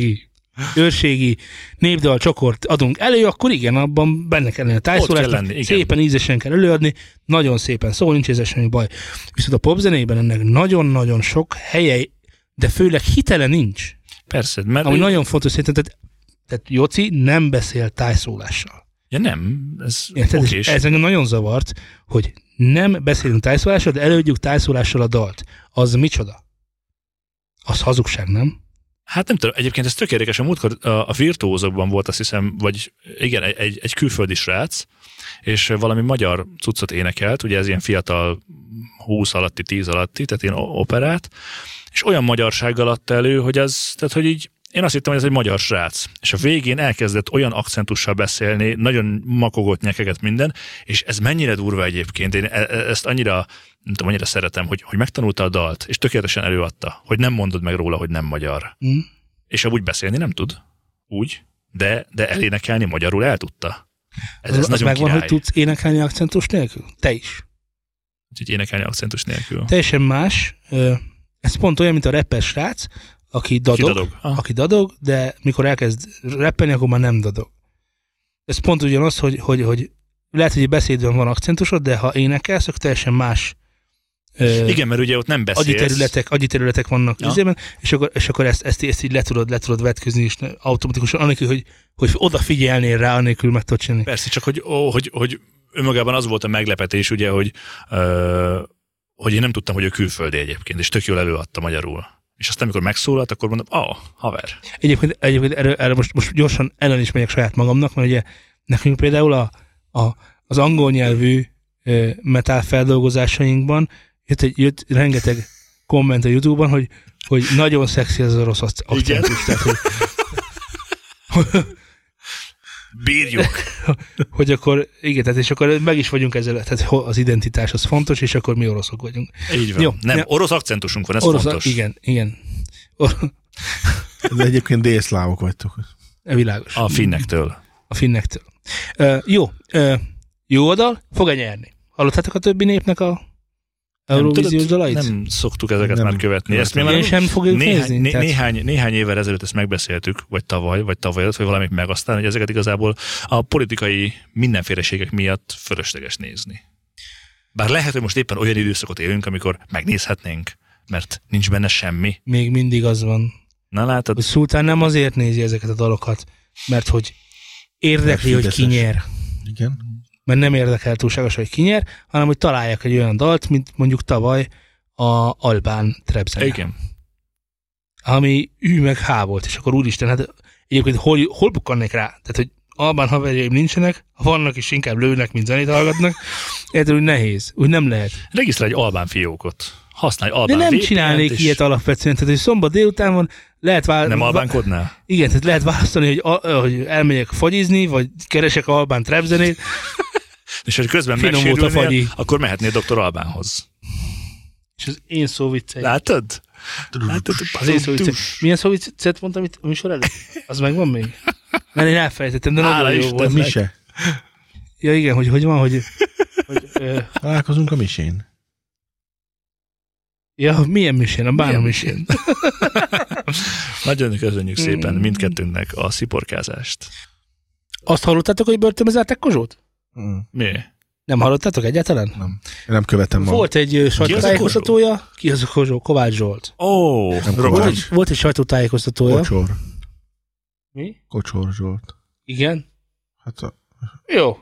őrségi népdal csokort adunk elő, akkor igen, abban benne kell lenni a tájszólásnak, szépen ízesen kell előadni, nagyon szépen szól, nincs ez semmi baj. Viszont a popzenében ennek nagyon-nagyon sok helye, de főleg hitele nincs. Persze, mert ami nagyon fontos szerintem, tehát Joci nem beszél tájszólással. Ja nem, ez okés. Ez engem nagyon zavart, hogy nem beszélünk tájszólással, de előadjuk tájszólással a dalt. Az micsoda? Az hazugság, nem? Hát nem tudom, egyébként ez tök érdekes, a múltkor a Virtuózokban volt, azt hiszem, vagy igen, egy külföldi srác, és valami magyar cuccot énekelt, ugye ez ilyen fiatal 20 alatti, 10 alatti, tehát ilyen operát, és olyan magyarsággal adta elő, hogy tehát hogy így én azt hittem, hogy ez egy magyar srác, és a végén elkezdett olyan akcentussal beszélni, nagyon makogott, nyekeget minden, és ez mennyire durva egyébként, én ezt annyira szeretem, hogy megtanulta a dalt, és tökéletesen előadta, hogy nem mondod meg róla, hogy nem magyar. És amúgy beszélni nem tud, úgy, de elénekelni magyarul el tudta. Ez nagyon megvan, király. Hogy tudsz énekelni akcentus nélkül? Te is. Úgyhogy énekelni akcentus nélkül. Teljesen más. Ez pont olyan, mint a rapper srác, aki dadog, de mikor elkezd rappelni, akkor már nem dadog. Ez pont ugyanaz, hogy lehet, hogy beszédben van akcentusod, de ha énekelsz, akkor teljesen más igen, mert ugye ott nem beszélsz. Agyi területek vannak üzében, és akkor ezt így le tudod vetközni, és automatikusan, anélkül, hogy odafigyelnél rá, anélkül meg tudod csinálni. Persze, csak hogy önmagában az volt a meglepetés, ugye, hogy én nem tudtam, hogy ő külföldi egyébként, és tök jól előadta magyarul. És aztán, amikor megszólalt, akkor mondom, haver. Egyébként erre most gyorsan ellen is megyek saját magamnak, mert ugye nekünk például az angol nyelvű metal feldolgozásainkban jött rengeteg komment a YouTube-ban, hogy nagyon szexi az orosz akcentus. Bírjuk. Hogy akkor, igen, tehát és akkor meg is vagyunk ezzel, tehát az identitás az fontos, és akkor mi oroszok vagyunk. Így van. Jó, nem, orosz akcentusunk van, ez fontos. Igen. De egyébként délszlávok vagytok. Világos. A finnektől. Jó oldal, fog-e nyerni? Hallottátok a többi népnek a Eurovíziós dalait? Nem szoktuk ezeket már követni. Ezt mi sem fogjuk nézni? Néhány évvel ezelőtt ezt megbeszéltük, vagy tavaly előtt, vagy valamit meg aztán, hogy ezeket igazából a politikai mindenféleségek miatt fölösleges nézni. Bár lehet, hogy most éppen olyan időszakot élünk, amikor megnézhetnénk, mert nincs benne semmi. Még mindig az van. Na látod? Hogy Szultán nem azért nézi ezeket a dalokat, mert hogy érdekli, hogy ki nyer. Igen. Mert nem érdekel túlságosan, hogy ki nyer, hanem hogy találják egy olyan dalt, mint mondjuk tavaly a albán trap-zene. Igen. Ami meg H volt, és akkor úristen, hát egyébként hol bukkannék rá? Tehát, hogy albán haverjaim nincsenek, ha vannak is inkább lőnek, mint zenét hallgatnak, érted, úgy nehéz, úgy nem lehet. Regisztrálj egy albán fiókot. Használj albán VPN-t. De nem csinálnék ilyet alapvetően, tehát hogy szombat délután van, Nem albánkodnál? Igen, tehát lehet választani, hogy elmegyek fagyizni, vagy keresek albán trapzenét. És hogy közben megsérülnél, akkor mehetnél Dr. Albánhoz. És az én szóviccei. Látod? Az én szóviccei. Milyen szóviccet mondtam itt a műsor előtt? Az megvan még? Mert én elfelejtettem, de nagyon jó volt. Mise. Ja igen, hogy van, hogy találkozunk a misén. Ja, milyen misén? A bána misén. Nagyon köszönjük szépen mindkettőnknek a sziporkázást. Azt hallottátok, hogy börtönbe zárták Kozsót? Mi? Nem hallottátok egyáltalán? Nem követem ma. Volt egy sajtótájékoztatója. Ki az a Kozsó? Kovács Zsolt. Volt egy sajtótájékoztatója. Kocsor. Mi? Kocsor Zsolt. Igen? Hát jó.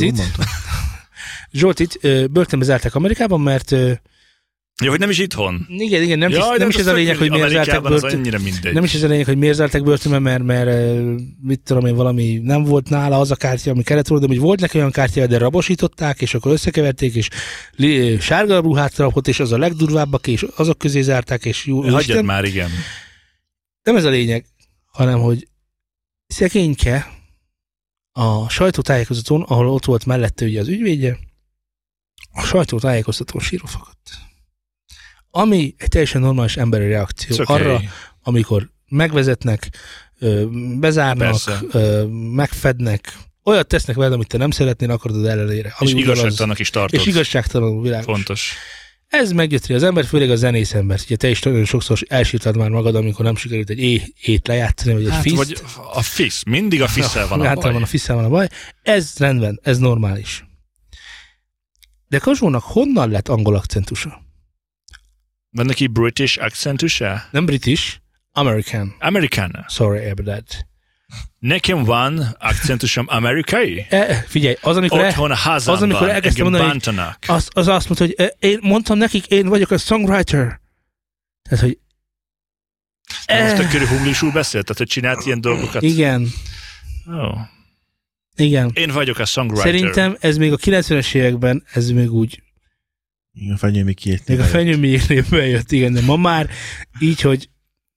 Zsolt itt börtönbe zárták Amerikában, mert jó, hogy nem is itthon. Igen, nem is ez a lényeg, hogy miért zárták börtönbe. Nem is ez a lényeg, hogy miért zárták börtönbe, mert mit tudom én, valami nem volt nála az a kártya, ami kellett volna, de hogy volt neki olyan kártya, de rabosították, és akkor összekeverték, és sárga ruhát rakott, és az a legdurvábbak, és azok közé zárták, és jó Hagyjad már, igen. Nem ez a lényeg, hanem, hogy szegényke a sajtótájékoztatón, ahol ott volt mellette ugye az ügyvédje, a sajtótájékoztatón sírva fakadt. Ami egy teljesen normális emberi reakció arra, amikor megvezetnek, bezárnak, megfednek, olyat tesznek veled, amit te nem szeretnél, akarod ellenére. És igazságtalannak is tartod. És igazságtalanul, világos. Fontos. Ez meggyötri az ember, főleg a zenész embert. Ugye te is nagyon sokszor elsírtad már magad, amikor nem sikerült egy ét lejátszani, vagy egy fiszt. Vagy a fisz, mindig a fisszel van a baj. Általában a fisszel van a baj. Ez rendben, ez normális. De Kozsónak honnan lett angol akcentusa? Van neki British akcentusa? Nem British, American. American. Sorry about that. Nekem van akcentusom amerikai? Figyelj, az amikor elkezdtem mondani, az azt mondta, hogy én mondtam nekik, én vagyok a songwriter. Tehát, hogy most a körül hunglisul beszélt, tehát, hogy csinált ilyen dolgokat? Igen. Oh. Igen. Én vagyok a songwriter. Szerintem ez még a 90-es években, ez még úgy igen, a Fenyőmi két még a Fenyőmi névben jött, igen, de ma már így, hogy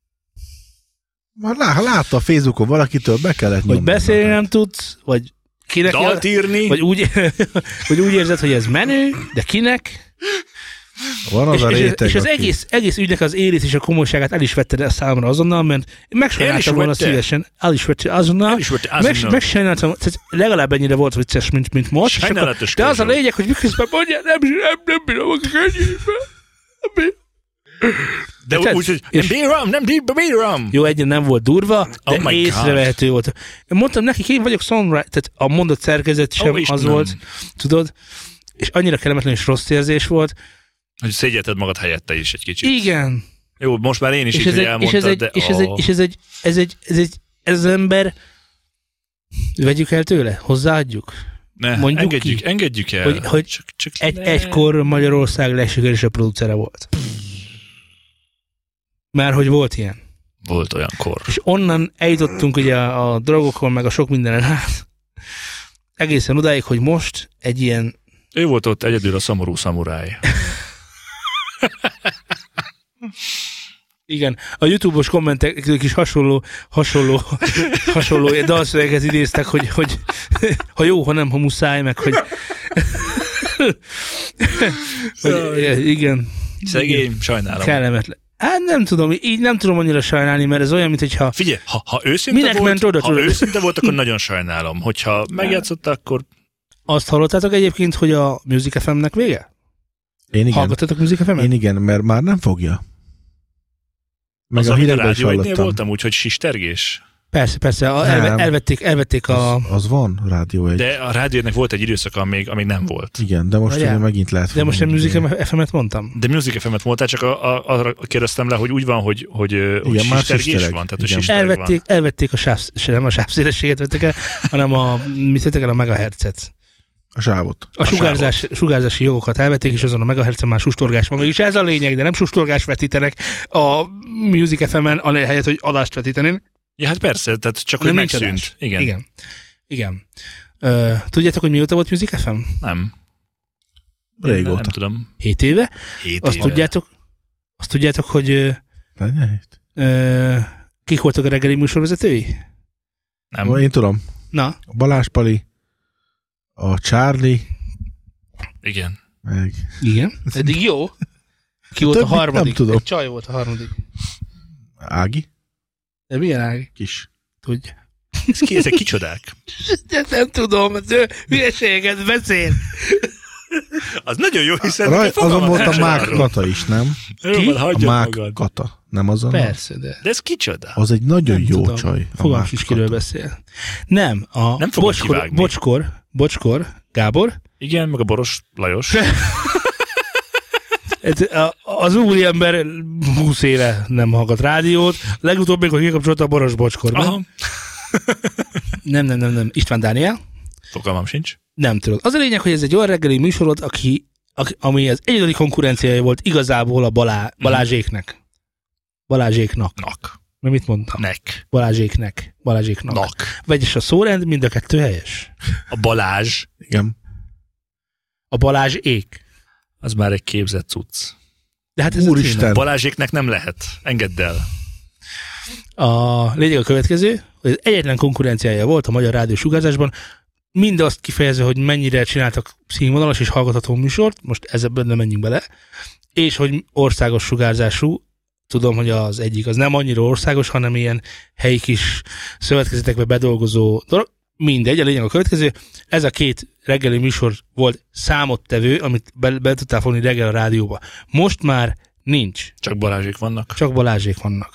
már látta a Facebookon valakitől, be kellett nyomni. Vagy beszélni nem tudsz, vagy kinek... Dalt írni. Vagy úgy érzed, hogy ez menő, de kinek? Van az a réteg, és az egész ügynek az élét és a komolyságát el is vetted a számra azonnal, mert megsajnáltam volna szívesen. El is vetted azonnal. Megsajnáltam, tehát legalább ennyire volt vicces, mint most. Sajnálatos. De az a lényeg, hogy miközben mondja, nem bírom a könnyűbe. De úgy, hogy nem bírom. Jó, egyen nem volt durva, de észrevehető volt. Én mondtam nekik, én vagyok songwriter, tehát a mondott szerkezet sem az volt, tudod, és annyira kellemetlen és rossz érzés volt. Hogy szégyelted magad helyette is egy kicsit. Igen. Jó, most már én is így, hogy elmondtad, de... Ez az ember, vegyük el tőle, hozzáadjuk. Ne, engedjük el. Hogy csak egykor Magyarország legsikeresebb producere volt. Már hogy volt ilyen. Volt olyan kor. És onnan eljutottunk ugye a drogokon, meg a sok mindenen át. Egészen odáig, hogy most egy ilyen... Ő volt ott egyedül a szomorú szamuráj. Igen, a YouTube-os kommentek is hasonló dalszöveget idéztek, hogy ha jó, ha nem, ha muszáj, meg hogy igen. Szegény, sajnálom. Kellemetlen. Hát nem tudom, így nem tudom annyira sajnálni, mert ez olyan, mint hogyha... Figyelj, ha őszinte volt, akkor nagyon sajnálom. Hogyha megjátszotta, akkor... Azt hallottátok egyébként, hogy a Music FM-nek vége? Én igen. Hallgattatok Music FM-et? Én igen, mert már nem fogja. Meg az a hírekben is hallottam. Voltam úgy, hogy sistergés? Persze, elvették a... Az van, Rádió 1. De a Rádió 1-nek volt egy időszaka, amíg nem volt. Igen, de most megint lehet. De most nem Music FM-et mondtam? De Music FM-et mondtál, csak arra kérdeztem le, hogy úgy van, hogy sistergés van. Tehát elvették nem a sávszélességet vettek el, hanem mit vettek el, a megahertzet. A sávot. A sugárzási jogokat elvették, és azon a megahertzen már sustorgás van. Mégis ez a lényeg, de nem sustorgás vetítenek a Music FM-en, ahelyett, hogy adást vetítenének. Ja, hát persze, tehát csak hogy megszűnt. Igen. Tudjátok, hogy mióta volt Music FM? Nem. Régóta. Nem tudom. 7 éve? Azt tudjátok, hogy Kik voltak a reggeli műsorvezetői? Nem. Én tudom. Na? A Balázs Pali, a Charlie. Igen. Meg. Igen. Eddig jó. Ki volt a harmadik? Nem tudom. Egy csaj volt a harmadik. Ági? De milyen Ági? Kis. Tudja. Ezek kicsodák? De nem tudom, az ő hülyeséget beszél. Az nagyon jó, hiszen... Azon volt a Mák Kata is, nem? Ki? A Mák Kata. Nem azon? Persze, de... De ez kicsoda? Az egy nagyon nem jó tudom. csaj. Fogalmam sincs, kiről beszél. Nem, a nem Bocskor, Gábor. Igen, meg a Boros Lajos. Az úriember 20 éve nem hallgat rádiót. Legutóbb még, hogy kikapcsolta a Boros Bocskorban. Nem. István Dániel. Fogalmam sincs. Nem tudod. Az a lényeg, hogy ez egy olyan reggeli műsorod, ami az egyedüli konkurenciája volt igazából a Balázséknek. Balázséknak. Mert mit mondtam? Nek. Balázséknek. Nak. Vegyes a szórend, mind a kettő helyes. A Balázs. Igen. A Balázsék. Az már egy képzett cucc. De hát ez Úristen. Balázséknek nem lehet. Engedd el. A lényeg a következő, hogy az egyetlen konkurenciája volt a magyar rádiósugárzásban, mindazt kifejezve, hogy mennyire csináltak színvonalas és hallgatható műsort, most ezzel nem menjünk bele, és hogy országos sugárzású, tudom, hogy az egyik az nem annyira országos, hanem ilyen helyi kis szövetkezetekbe bedolgozó dolog. Mindegy, a lényeg a következő. Ez a két reggeli műsor volt számottevő, amit be tudtál fogni reggel a rádióba. Most már nincs. Csak Balázsék vannak. Csak Balázsék vannak.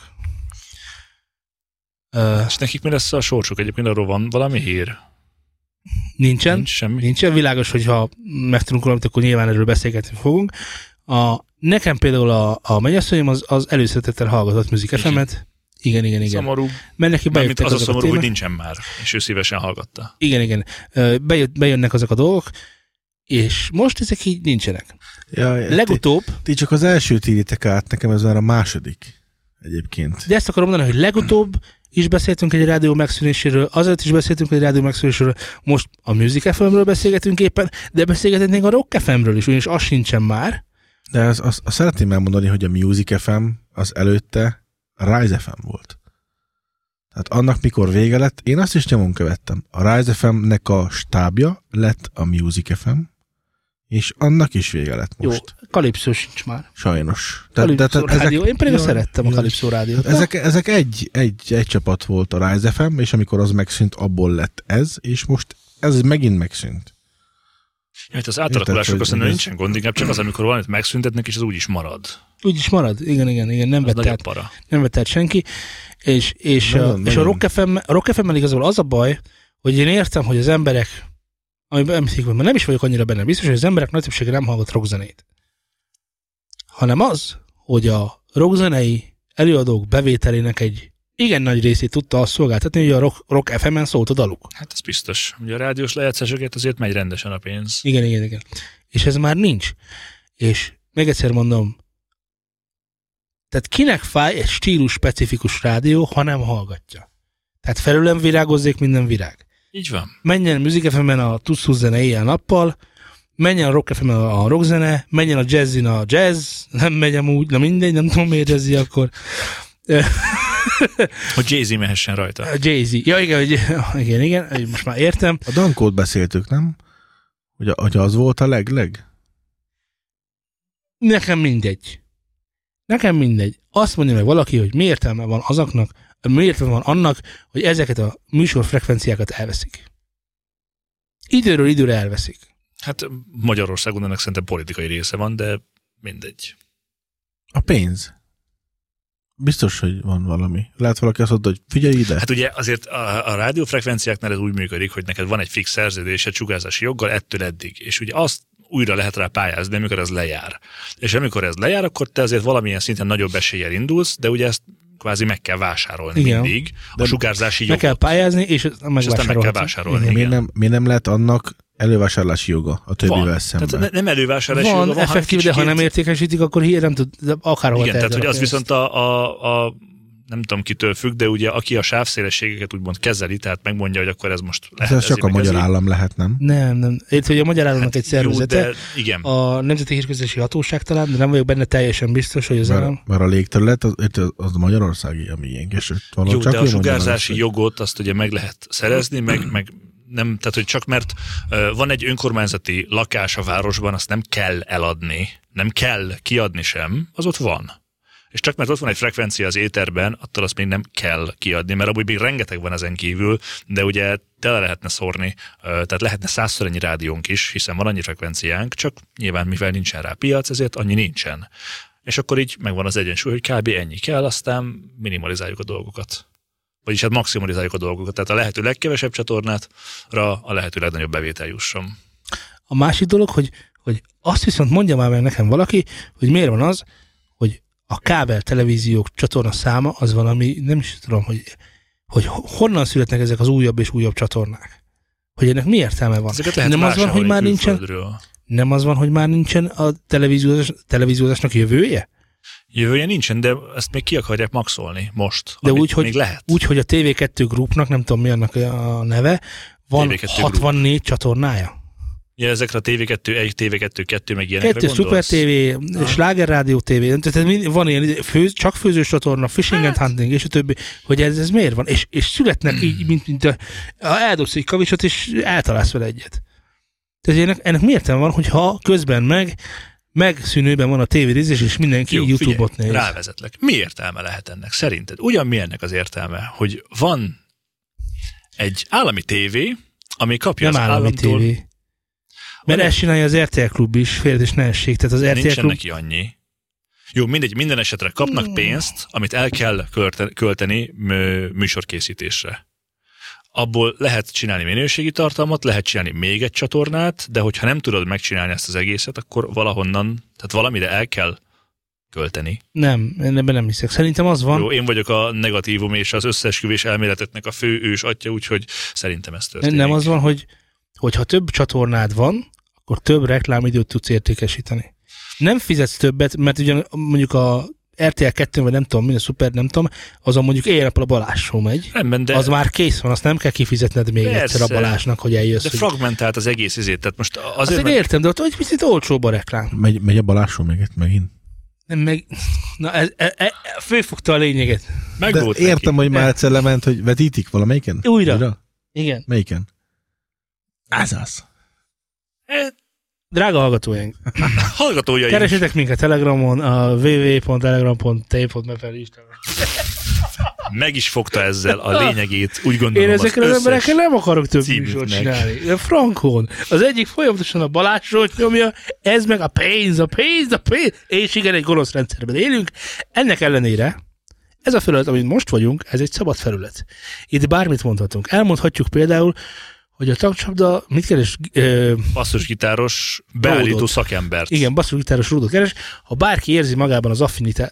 És nekik mi lesz a sorsuk? Egyébként arról van valami hír? Nincsen. Nincs semmi. Nincsen. Világos, hogyha megtudunk valamit, akkor nyilván erről beszélgetni fogunk. Nekem például a mennyasszonyom az előszeretettel hallgatott Music FM-et. Igen. Szomorú. Mert neki bejöttek az a szomorú, hogy témák. nincsen már, és ő szívesen hallgatta. Igen. Bejönnek azok a dolgok, és most ezek így nincsenek. Jaj, legutóbb... Ti csak az elsőt írjátok át, nekem ez már a második egyébként. De ezt akarom mondani, hogy legutóbb is beszéltünk egy rádió megszűnéséről, azért is beszéltünk egy rádió megszűnéséről, most a Music FM-ről beszélgetünk éppen, de beszélgetnénk a Rock FM-ről is, ugyanis az sincsen már. De azt szeretném elmondani, hogy a Music FM az előtte a Rise FM volt. Tehát annak mikor vége lett, én azt is nyomon követtem. A Rise FM-nek a stábja lett a Music FM, és annak is vége lett most. Jó, Kalipszó sincs már. Sajnos. Kalipszó rádió. Én pedig szerettem a Kalipszó rádiót. Ezek egy csapat volt a Rise FM, és amikor az megszűnt, abból lett ez, és most ez megint megszűnt. Ja, az átalakulások azt mondom, nincsen gond, inkább csak az, amikor valamit megszüntetnek, és az úgyis marad. Úgyis marad, igen, nem vett át senki. És a Rock FM-mel igazából az a baj, hogy én értem, hogy az emberek, amiben nem is vagyok annyira benne biztos, hogy az emberek nagy többsége nem hallgat rockzenét. Hanem az, hogy a rockzenei előadók bevételének egy igen nagy részét tudta azt szolgáltatni, hogy a Rock FM-en szólt a daluk. Hát ez biztos. Ugye a rádiós lejátszásokért azért megy rendesen a pénz. Igen. És ez már nincs. És még egyszer mondom, tehát kinek fáj egy stílus specifikus rádió, ha nem hallgatja? Tehát felülem virágozzék minden virág. Így van. Menjen Music FM-en a tusz zene éjjel-nappal, menjen a Rock FM-en a rockzene, menjen a jazzin a jazz, nem megy amúgy, na mindegy, nem tudom miért jazzi akkor. Hogy Jay-Z mehessen rajta. A Jay-Z. Ja, igen, most már értem. A Dankót beszéltük, nem? Hogy az volt a leg? Nekem mindegy. Azt mondja meg valaki, hogy mi értelme van annak, hogy ezeket a műsorfrekvenciákat elveszik. Időről időre elveszik. Hát Magyarországon ennek szerintem politikai része van, de mindegy. A pénz. Biztos, hogy van valami. Lehet valaki azt mondta, hogy figyelj ide. Hát ugye azért a rádiófrekvenciáknál ez úgy működik, hogy neked van egy fix szerződésed sugárzási joggal ettől eddig. És ugye azt újra lehet rá pályázni, amikor ez lejár. És amikor ez lejár, akkor te azért valamilyen szinten nagyobb eséllyel indulsz, de ugye ezt kvázi meg kell vásárolni mindig. A sugárzási jogot. Meg kell pályázni, és aztán meg kell vásárolni. Miért nem lehet annak elővásárlási joga a többivel szemben? Tehát nem elővásárlási joga van, effektív, de ha nem értékesítik, akkor nem tud, akárhol. Igen, tehát hogy az viszont a nem tudom kitől függ, de ugye aki a sávszélességeket úgymond kezeli, tehát megmondja, hogy akkor ez most lehet. Ez csak a magyar állam lehet, nem? Nem. Érted, hogy a magyar államnak egy szervezete. Jó, igen. A Nemzeti Hírközlési Hatóság talán, de nem vagyok benne teljesen biztos, hogy az állam. Mert a légterület az Magyarországi, ami ilyen kesőt való. Jó, de a sugárzási jogot azt ugye meg lehet szerezni, meg nem, tehát hogy csak mert van egy önkormányzati lakás a városban, azt nem kell eladni, nem kell kiadni sem, az ott van. És csak mert ott van egy frekvencia az éterben, attól azt még nem kell kiadni, mert amúgy még rengeteg van ezen kívül, de ugye tele lehetne szórni, tehát lehetne 100-szor ennyi rádiónk is, hiszen van annyi frekvenciánk, csak nyilván mivel nincsen rá piac, ezért annyi nincsen. És akkor így megvan az egyensúly, hogy kb. Ennyi kell, aztán minimalizáljuk a dolgokat. Vagyis hát maximalizáljuk a dolgokat, tehát a lehető legkevesebb csatornátra a lehető legnagyobb bevétel jusson. A másik dolog, hogy azt viszont mondja már meg nekem valaki, hogy miért van az, hogy a kábel televíziók csatorna száma az valami, nem is tudom, hogy honnan születnek ezek az újabb és újabb csatornák. Hogy ennek mi értelme van. Nem az van, hogy már nincsen, nem az van, hogy már nincsen a televíziózásnak jövője? Jövője nincsen, de ezt még ki akarják maxolni most. De úgy, hogy a TV2 Groupnak, nem tudom mi annak a neve, van TV2 64 Group csatornája. Ja, ezekre a TV2 1, TV2 2, meg ilyenekre gondolsz? Super TV, Sláger Rádió TV, tehát van ilyen csak főzős csatorna, Fishing and Hunting, és a többi, hogy ez miért van? És születnek így, mint eldobsz egy kavicsot, és eltalálsz vele egyet. Tehát ennek miért van, hogyha közben megszűnőben van a tévénézés, és mindenki YouTube-ot néz. Rávezetlek. Mi értelme lehet ennek szerinted? Ugyan mi ennek az értelme, hogy van egy állami tévé, ami kapja nem az állami államtól... tévé. Mert ezt csinálja az RTL Klub is, félretés ne essék. Tehát az RTL Nincsen Klub... neki annyi. Jó, mindegy, minden esetre kapnak pénzt, amit el kell költeni műsorkészítésre. Abból lehet csinálni minőségi tartalmat, lehet csinálni még egy csatornát, de hogyha nem tudod megcsinálni ezt az egészet, akkor valahonnan, tehát valamire el kell költeni. Nem, én ebben nem hiszek. Szerintem az van. Jó, én vagyok a negatívum és az összeesküvés elméletetnek a fő ős atya, úgyhogy szerintem ez történik. Nem az van, hogy ha több csatornád van, akkor több reklámidőt tudsz értékesíteni. Nem fizetsz többet, mert ugye mondjuk a RTL 2 vagy nem tudom, minden szuper, nem tudom, azon mondjuk éjjel a Balázs show megy. Nem, de... Az már kész van, azt nem kell kifizetned még egyszer a Balázsnak, hogy eljössz. De fragmentált az egész izét, tehát most azért... Azt értem, de ott hogy picit olcsóbb a reklám. Megy a Balázs show megint? Nem, na, főfogta a lényeget. De értem, hogy már egyszer lement, hogy vetítik valamelyiken? Újra? Igen. Melyiken? Ez az. Drága hallgatóink. Hallgatójaink. Keresetek minket Telegramon, a www.telegram.me. Meg is fogta ezzel a lényegét, úgy gondolom. Én ezekkel az emberekkel nem akarok több műsort csinálni. De frankon. Az egyik folyamatosan a Balázsot nyomja, ez meg a pénz. És igen, egy gonosz rendszerben élünk. Ennek ellenére ez a felület, amit most vagyunk, ez egy szabad felület. Itt bármit mondhatunk. Elmondhatjuk például, hogy a tankcsapda mit keres? Basszusgitáros beállító szakembert. Igen, basszusgitáros rúdot keres. Ha bárki érzi magában az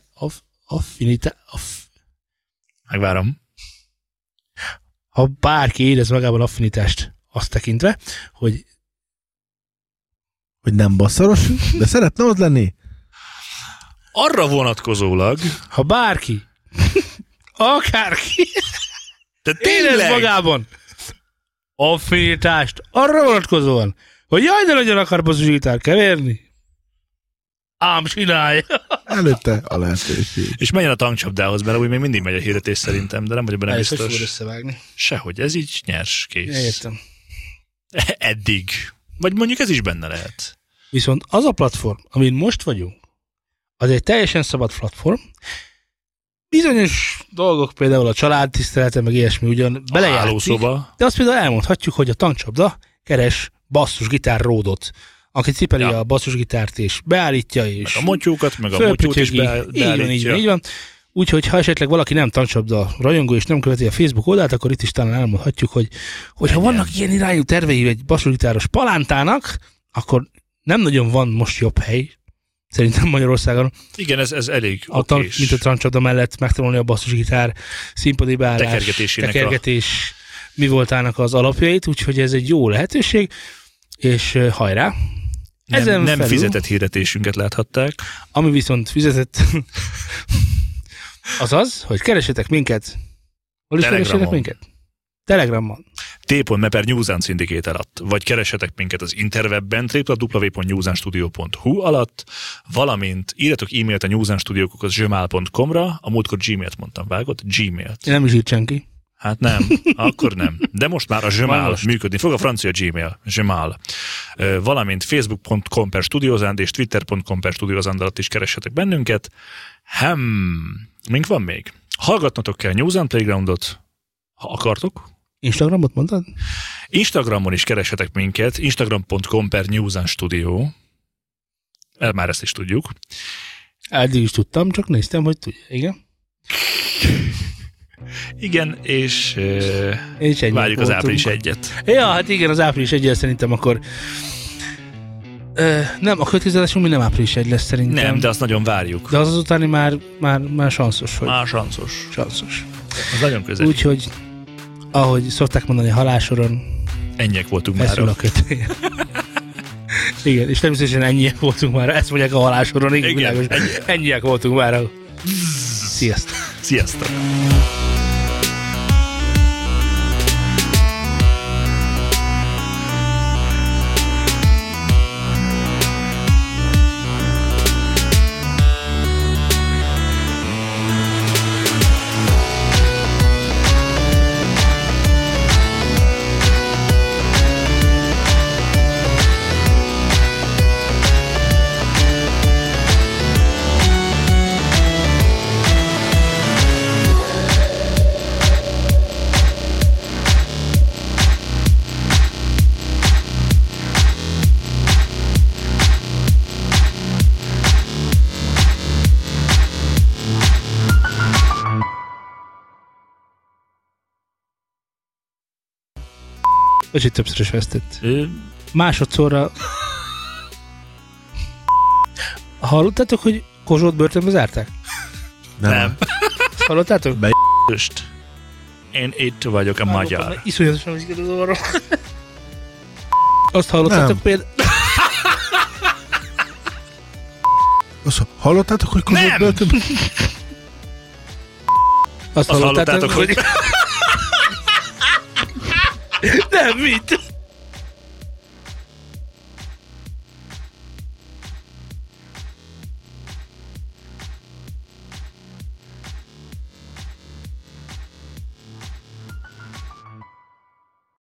Megvárom. Ha bárki érez magában affinitást azt tekintve, hogy nem basszaros, de szeretne ott lenni? Arra vonatkozólag... Ha bárki, akárki érez magában affinitást arra vonatkozóan, hogy jaj, de nagyon akar basszusgitár keverni, ám csinálja. Előtte a lehetőség. És menjen a tankcsapdához, mert úgy még mindig megy a hirdetés szerintem, de nem vagyok benne biztos. Hogy fogod összevágni? Sehogy, ez így nyers, kész. Értem. Eddig. Vagy mondjuk ez is benne lehet. Viszont az a platform, amin most vagyunk, az egy teljesen szabad platform. Bizonyos dolgok, például a családtisztelete, meg ilyesmi ugyan belejátszik, de azt például elmondhatjuk, hogy a tankcsapda keres basszusgitár ródot, aki cipeli a basszusgitárt és beállítja, és meg a motyókat, meg a motyót is beállítja. Így van. Úgyhogy ha esetleg valaki nem tankcsapda rajongó és nem követi a Facebook oldalt, akkor itt is talán elmondhatjuk, hogy ha vannak ilyen irányú tervei egy basszusgitáros palántának, akkor nem nagyon van most jobb hely, szerintem Magyarországon. Igen, ez elég okés. Mint a tankcsapda mellett megtanulni a basszusgitár, színpadi beállás, tekergetés, mi voltának az alapjait, úgyhogy ez egy jó lehetőség, és hajrá! Nem fizetett hirdetésünket láthatták. Ami viszont fizetett, Azaz, hogy keressetek minket. Hol is keressetek minket? Telegramon. t.me/News and Syndicate alatt, vagy keressetek minket az interwebben www.newsandstudio.hu alatt, valamint írjatok e-mailt a newsandstudio@gmail.com-ra, a múltkor Gmailt mondtam, vágott? Gmailt. Nem is írt senki. Hát nem, akkor nem. De most már a Gmail működni fog, a francia Gmail, Gmail. Valamint facebook.com/studiozand és twitter.com/studiozand alatt is keressetek bennünket. Mink van még? Hallgatnatok kell News and Playgroundot, ha akartok. Instagramot mondtad? Instagramon is keressetek minket, instagram.com/newsandstudio. Már ezt is tudjuk. Eddig is tudtam, csak néztem, hogy tudja. Igen. Igen, és várjuk az április 1-et. Ja, hát igen, az április 1 szerintem akkor... nem, a következőadásunk nem április 1 lesz szerintem. Nem, de azt nagyon várjuk. De az utáni már sanszos. Hogy... Már sanszos. Az nagyon közel. Úgyhogy, ahogy szokták mondani, halálsoron... Ennyiek voltunk már. A kötél. Igen, és természetesen ennyiek voltunk már. Ezt mondják a halálsoron. Igen, ennyiek voltunk már. Sziasztok. Sziasztok. Öcsi többször is vesztett. Másodszorra... Hallottátok, hogy Kozsót börtönbe zárták? Nem. Hallottátok? Én itt vagyok a magyar. Iszonyatosan viszket az orrom. Azt hallottátok például... Hallottátok, hogy Kozsót börtönbe... Azt hallottátok, hogy... Nem, mit?